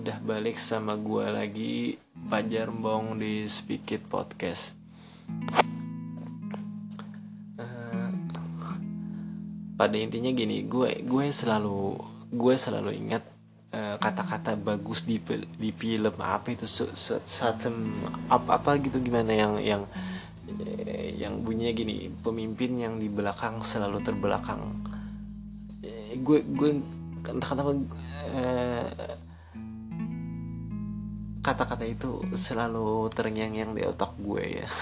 udah balik sama gue lagi, Fajar Mbong di Speak It Podcast. Pada intinya gini, gue selalu ingat kata-kata bagus di film apa itu apa gitu, gimana yang bunyinya gini, pemimpin yang di belakang selalu terbelakang. Gue entah kenapa kata-kata itu selalu terngiang-ngiang di otak gue ya.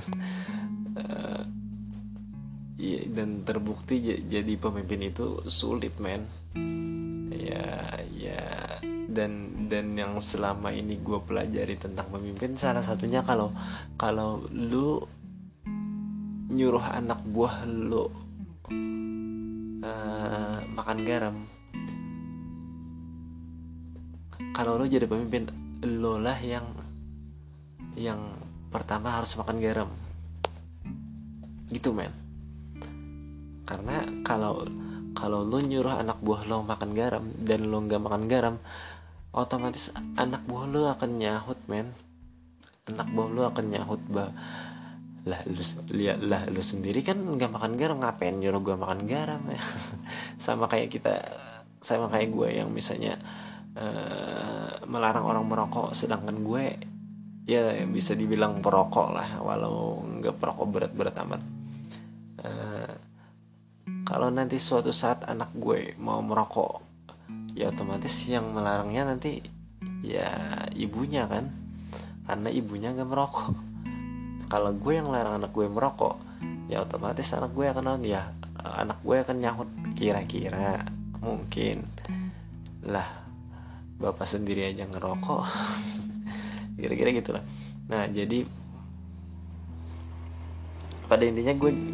Iya, dan terbukti jadi pemimpin itu sulit, men. Ya, dan yang selama ini gue pelajari tentang pemimpin, salah satunya kalau lu nyuruh anak buah lu makan garam, kalau lu jadi pemimpin, lu lah yang pertama harus makan garam, gitu, men. Karena kalau lu nyuruh anak buah lo makan garam dan lo nggak makan garam, otomatis anak buah lo akan nyahut, men. Anak buah lo akan nyahut, lu sendiri kan nggak makan garam, ngapain nyuruh gue makan garam ya? sama kayak gue yang misalnya melarang orang merokok, sedangkan gue ya bisa dibilang perokok lah, walau nggak perokok berat-berat amat. Kalau nanti suatu saat anak gue mau merokok, ya otomatis yang melarangnya nanti ya ibunya kan, karena ibunya gak merokok. Kalau gue yang larang anak gue merokok, ya otomatis anak gue akan nyahut, kira-kira mungkin lah, bapak sendiri aja ngerokok. Kira-kira gitulah. Nah, jadi pada intinya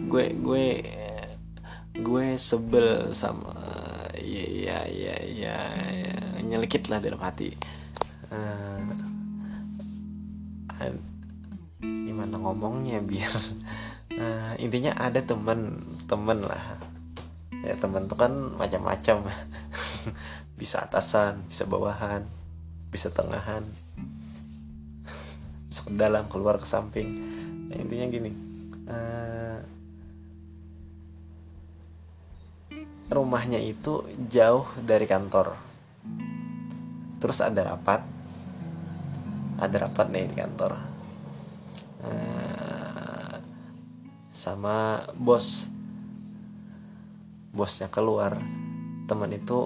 gue sebel sama ya nyelekit lah dalam hati. Gimana ngomongnya biar intinya ada temen lah ya. Temen tuh kan macam-macam. Bisa atasan, bisa bawahan, bisa tengahan, bisa ke dalam, keluar, ke samping. Nah, intinya gini, rumahnya itu jauh dari kantor. Terus ada rapat nih di kantor, sama bosnya keluar. Teman itu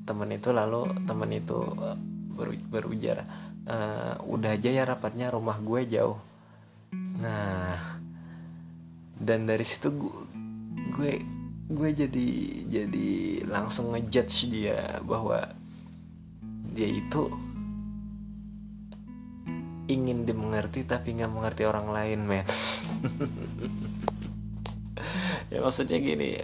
berujar, udah aja ya rapatnya, rumah gue jauh. Nah, dan dari situ gue jadi langsung ngejudge dia bahwa dia itu ingin dimengerti tapi nggak mengerti orang lain, men. Ya maksudnya gini,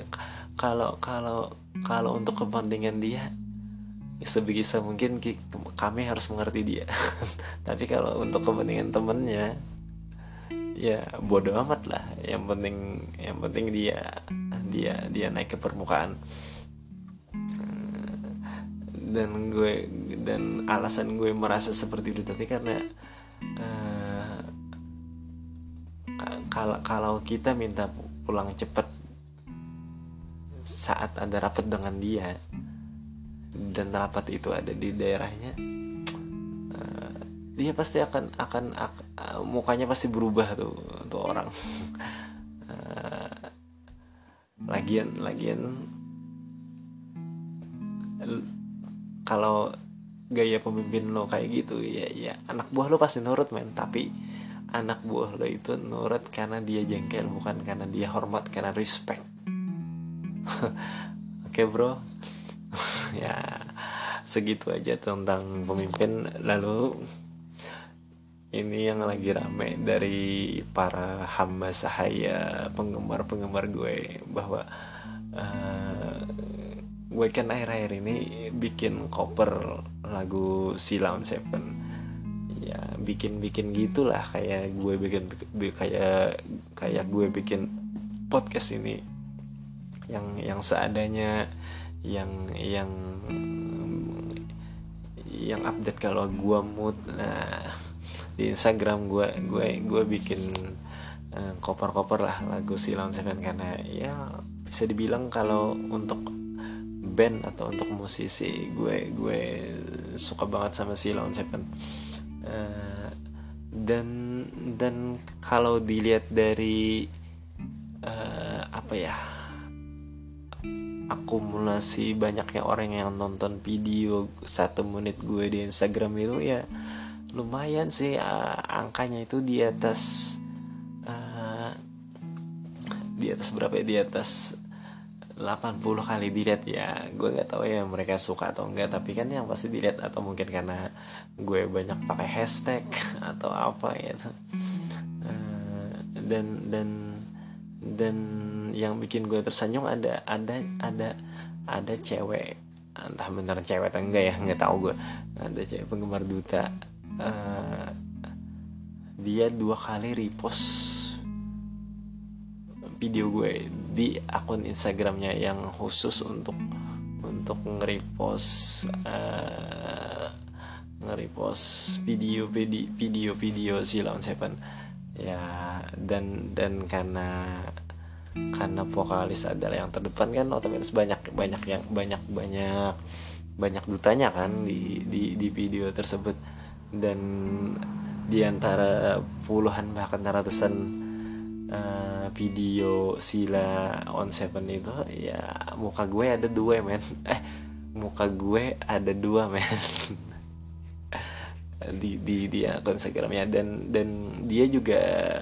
kalau untuk kepentingan dia, sebisa mungkin kami harus mengerti dia. Tapi kalau untuk kepentingan temennya, ya bodoh amat lah. Yang penting dia naik ke permukaan. Dan alasan gue merasa seperti itu tadi karena kalau kita minta pulang cepat saat ada rapat dengan dia, dan rapat itu ada di daerahnya, dia pasti akan mukanya pasti berubah tuh orang. Lagian kalau gaya pemimpin lo kayak gitu, ya anak buah lo pasti nurut, men. Tapi anak buah lo itu nurut karena dia jengkel, bukan karena dia hormat, karena respect. Oke, bro. Ya segitu aja tentang pemimpin. Lalu ini yang lagi rame dari para hamba sahaya, penggemar gue, bahwa gue kan akhir-akhir ini bikin cover lagu Sheila on 7. Ya bikin gitulah, kayak gue bikin podcast ini yang seadanya, yang yang update kalau gue mood. Nah, di Instagram gue bikin cover lah lagu Sheila on Seven, karena ya bisa dibilang kalau untuk band atau untuk musisi gue suka banget sama Sheila on Seven. Eh, dan kalau dilihat dari apa ya, akumulasi banyaknya orang yang nonton video 1 menit gue di Instagram itu, ya lumayan sih, angkanya itu di atas berapa ya, di atas 80 kali dilihat. Ya gue nggak tahu ya mereka suka atau enggak, tapi kan yang pasti dilihat, atau mungkin karena gue banyak pakai hashtag atau apa gitu. Dan yang bikin gue tersenyum, ada cewek, entah beneran cewek atau enggak ya, nggak tahu gue. Ada cewek penggemar Duta, dia 2 kali repost video gue di akun Instagramnya yang khusus untuk nge-repost video Sheila on Seven ya. Dan karena vokalis adalah yang terdepan kan, otomatis banyak dutanya kan di video tersebut. Dan di antara puluhan bahkan ratusan video Sheila on Seven itu, ya muka gue ada 2 men. Muka gue ada 2 men. di akun Instagramnya. Dan dia juga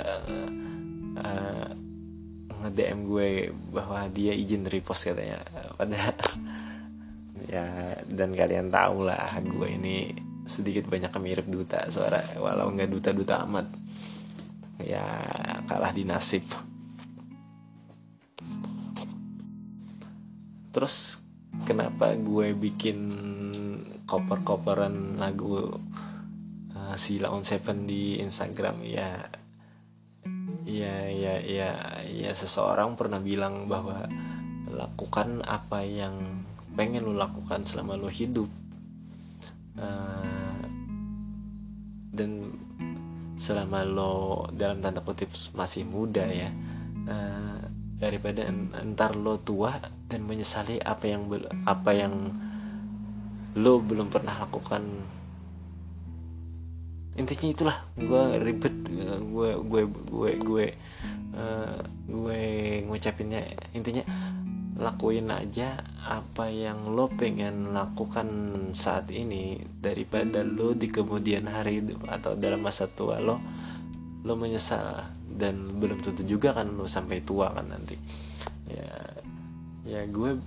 nge-DM gue bahwa dia izin repost katanya. Pada ya, dan kalian tahu lah gue ini sedikit banyak mirip Duta, suara walau nggak duta amat, ya kalah di nasib. Terus kenapa gue bikin cover-coveran lagu Sheila on Seven di Instagram? Ya seseorang pernah bilang bahwa lakukan apa yang pengen lo lakukan selama lo hidup, dan selama lo dalam tanda kutip masih muda ya, daripada entar lo tua dan menyesali apa yang lo belum pernah lakukan. Intinya itulah, gue ribet, gue ngucapinnya, intinya lakuin aja apa yang lo pengen lakukan saat ini, daripada lo di kemudian hari atau dalam masa tua lo menyesal, dan belum tentu juga kan lo sampai tua kan nanti. Ya gue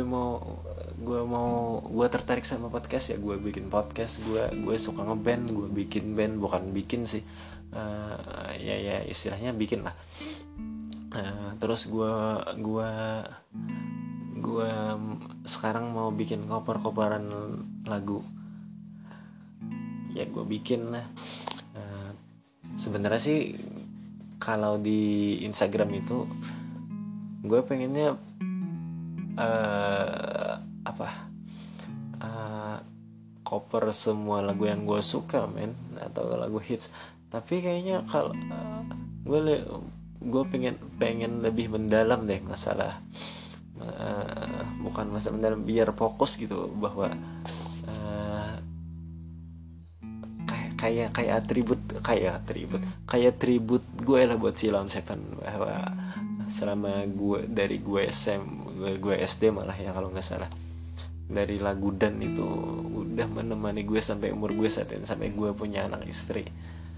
tertarik sama podcast, ya gue bikin podcast. Gue suka ngeband, gue bikin band, bukan bikin sih, ya istilahnya bikin lah. Terus gue sekarang mau bikin cover-coveran lagu, ya gue bikin lah. Sebenarnya sih kalau di Instagram itu gue pengennya cover semua lagu yang gue suka men, atau lagu hits. Tapi kayaknya kalau gue pengen lebih mendalam deh masalah, bukan masalah mendalam, biar fokus gitu, bahwa kayak tribut gue lah buat Sheila on Seven, bahwa selama gue SD malah ya kalau nggak salah, dari lagu Dan itu udah menemani gue sampai umur gue saat ini, sampai gue punya anak istri.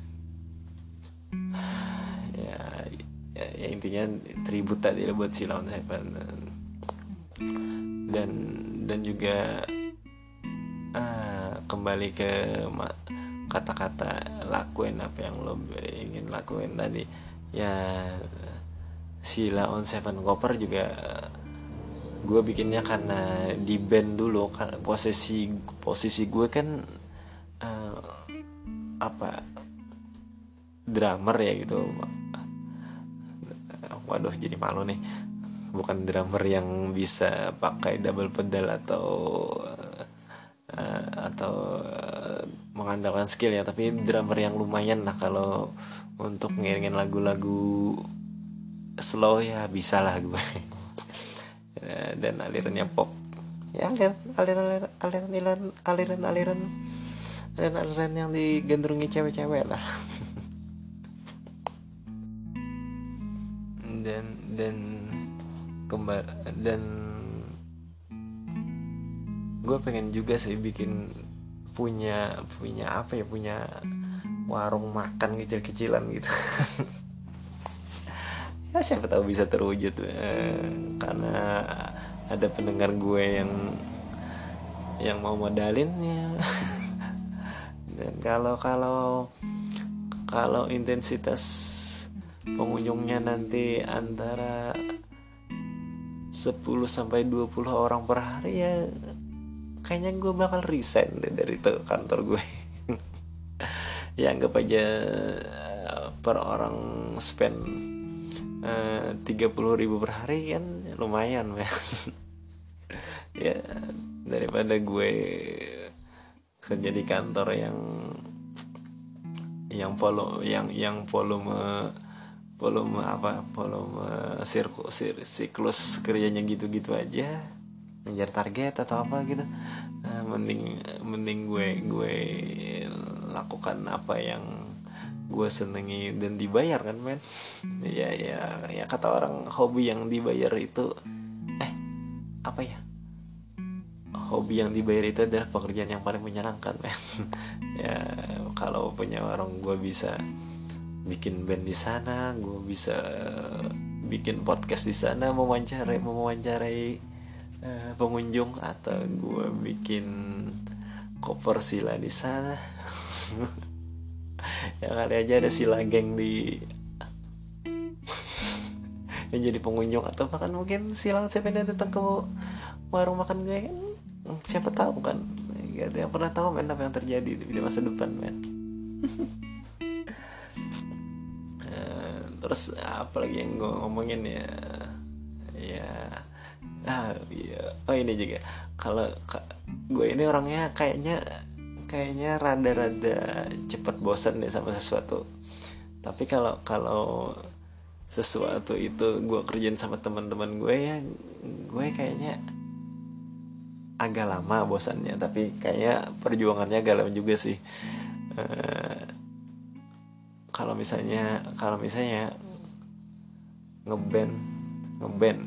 Ya intinya tribut tadi buat Sheila on Seven. Dan juga kembali ke kata-kata lakuin apa yang lo ingin lakuin tadi. Ya Sheila on Seven cover juga gue bikinnya karena di band dulu, posisi gue kan drummer ya gitu. Waduh jadi malu nih, bukan drummer yang bisa pakai double pedal atau atau mengandalkan skill ya, tapi drummer yang lumayan lah. Kalau untuk ngiringin lagu-lagu slow ya bisa lah gue. Dan alirannya pop ya, aliran yang digandrungi cewek-cewek lah. dan dan gue pengen juga sih bikin punya apa ya, punya warung makan kecil-kecilan gitu. Ya siapa tahu bisa terwujud, karena ada pendengar gue yang mau modalin ya. Dan kalau intensitas pengunjungnya nanti antara 10 sampai 20 orang per hari ya, kayaknya gue bakal resign deh dari kantor gue. Ya anggap aja per orang spend 30.000 per hari kan lumayan men. Ya daripada gue kerja di kantor yang volume siklus kerjanya gitu-gitu aja, ngejar target atau apa gitu. Mending gue lakukan apa yang gue senengi dan dibayar kan men. Ya kata orang, hobi yang dibayar itu apa ya, hobi yang dibayar itu adalah pekerjaan yang paling menyenangkan men. Ya kalau punya warung, gue bisa bikin band di sana, gue bisa bikin podcast di sana, mewawancarai pengunjung, atau gue bikin cover sila di sana. Ya kali aja ada sila geng yang jadi pengunjung, atau bahkan mungkin silang sepeda datang ke warung makan gue kan, siapa tahu kan. Gak ada yang pernah tahu men apa yang terjadi di masa depan men. Terus apalagi yang gue ngomongin ya oh ini juga, kalau gue ini orangnya kayaknya rada-rada cepet bosan deh sama sesuatu. Tapi kalau sesuatu itu gue kerjain sama teman-teman gue ya, gue kayaknya agak lama bosannya, tapi kayak perjuangannya agak lama juga sih. Kalau misalnya ngeband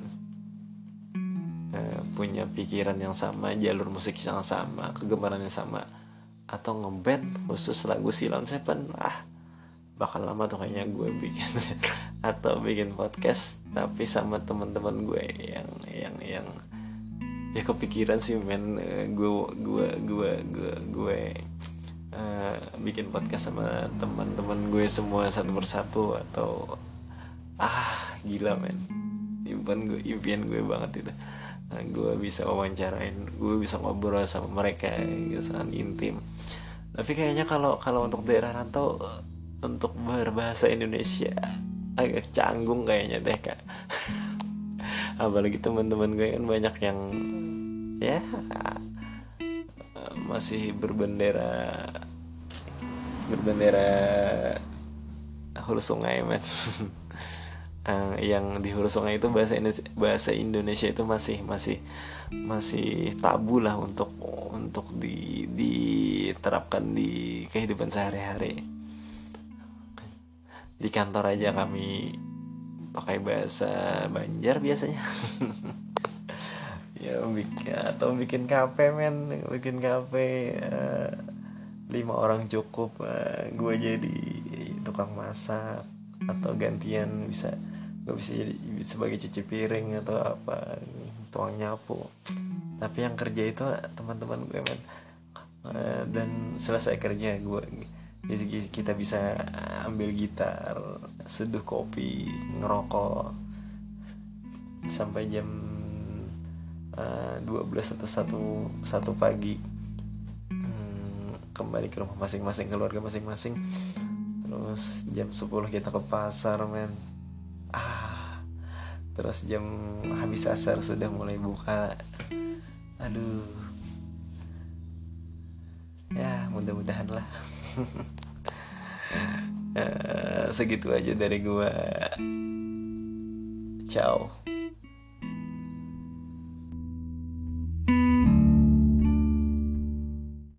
punya pikiran yang sama, jalur musik yang sama, kegemaran yang sama, atau ngeband khusus lagu Silon Seven, bakal lama tuh kayaknya gue bikin. Atau bikin podcast tapi sama teman-teman gue yang ya kepikiran sih men. Gue bikin podcast sama teman-teman gue semua satu persatu, atau gila men, impian gue banget itu. Gue bisa wawancarain, gue bisa ngobrol sama mereka gitu, sangat intim. Tapi kayaknya kalau untuk daerah rantau, untuk berbahasa Indonesia agak canggung kayaknya deh kak. Apalagi teman-teman gue kan banyak yang ya masih berbendera hulu sungai men. Yang di hulu sungai itu bahasa Indonesia itu masih tabu lah untuk diterapkan di kehidupan sehari-hari. Di kantor aja kami pakai bahasa Banjar biasanya. Ya bikin kafe men, bikin kafe 5 orang cukup, gue jadi tukang masak, atau gantian gue bisa jadi sebagai cuci piring atau apa, tukang nyapu. Tapi yang kerja itu teman-teman gue men. Dan selesai kerja kita bisa ambil gitar, seduh kopi, ngerokok sampai jam 12 atau 1 pagi. Kembali ke rumah masing-masing, keluarga masing-masing. Terus jam 10 kita ke pasar men. Terus jam habis asar sudah mulai buka. Aduh, Ya mudah-mudahan lah. Segitu aja dari gua. Ciao.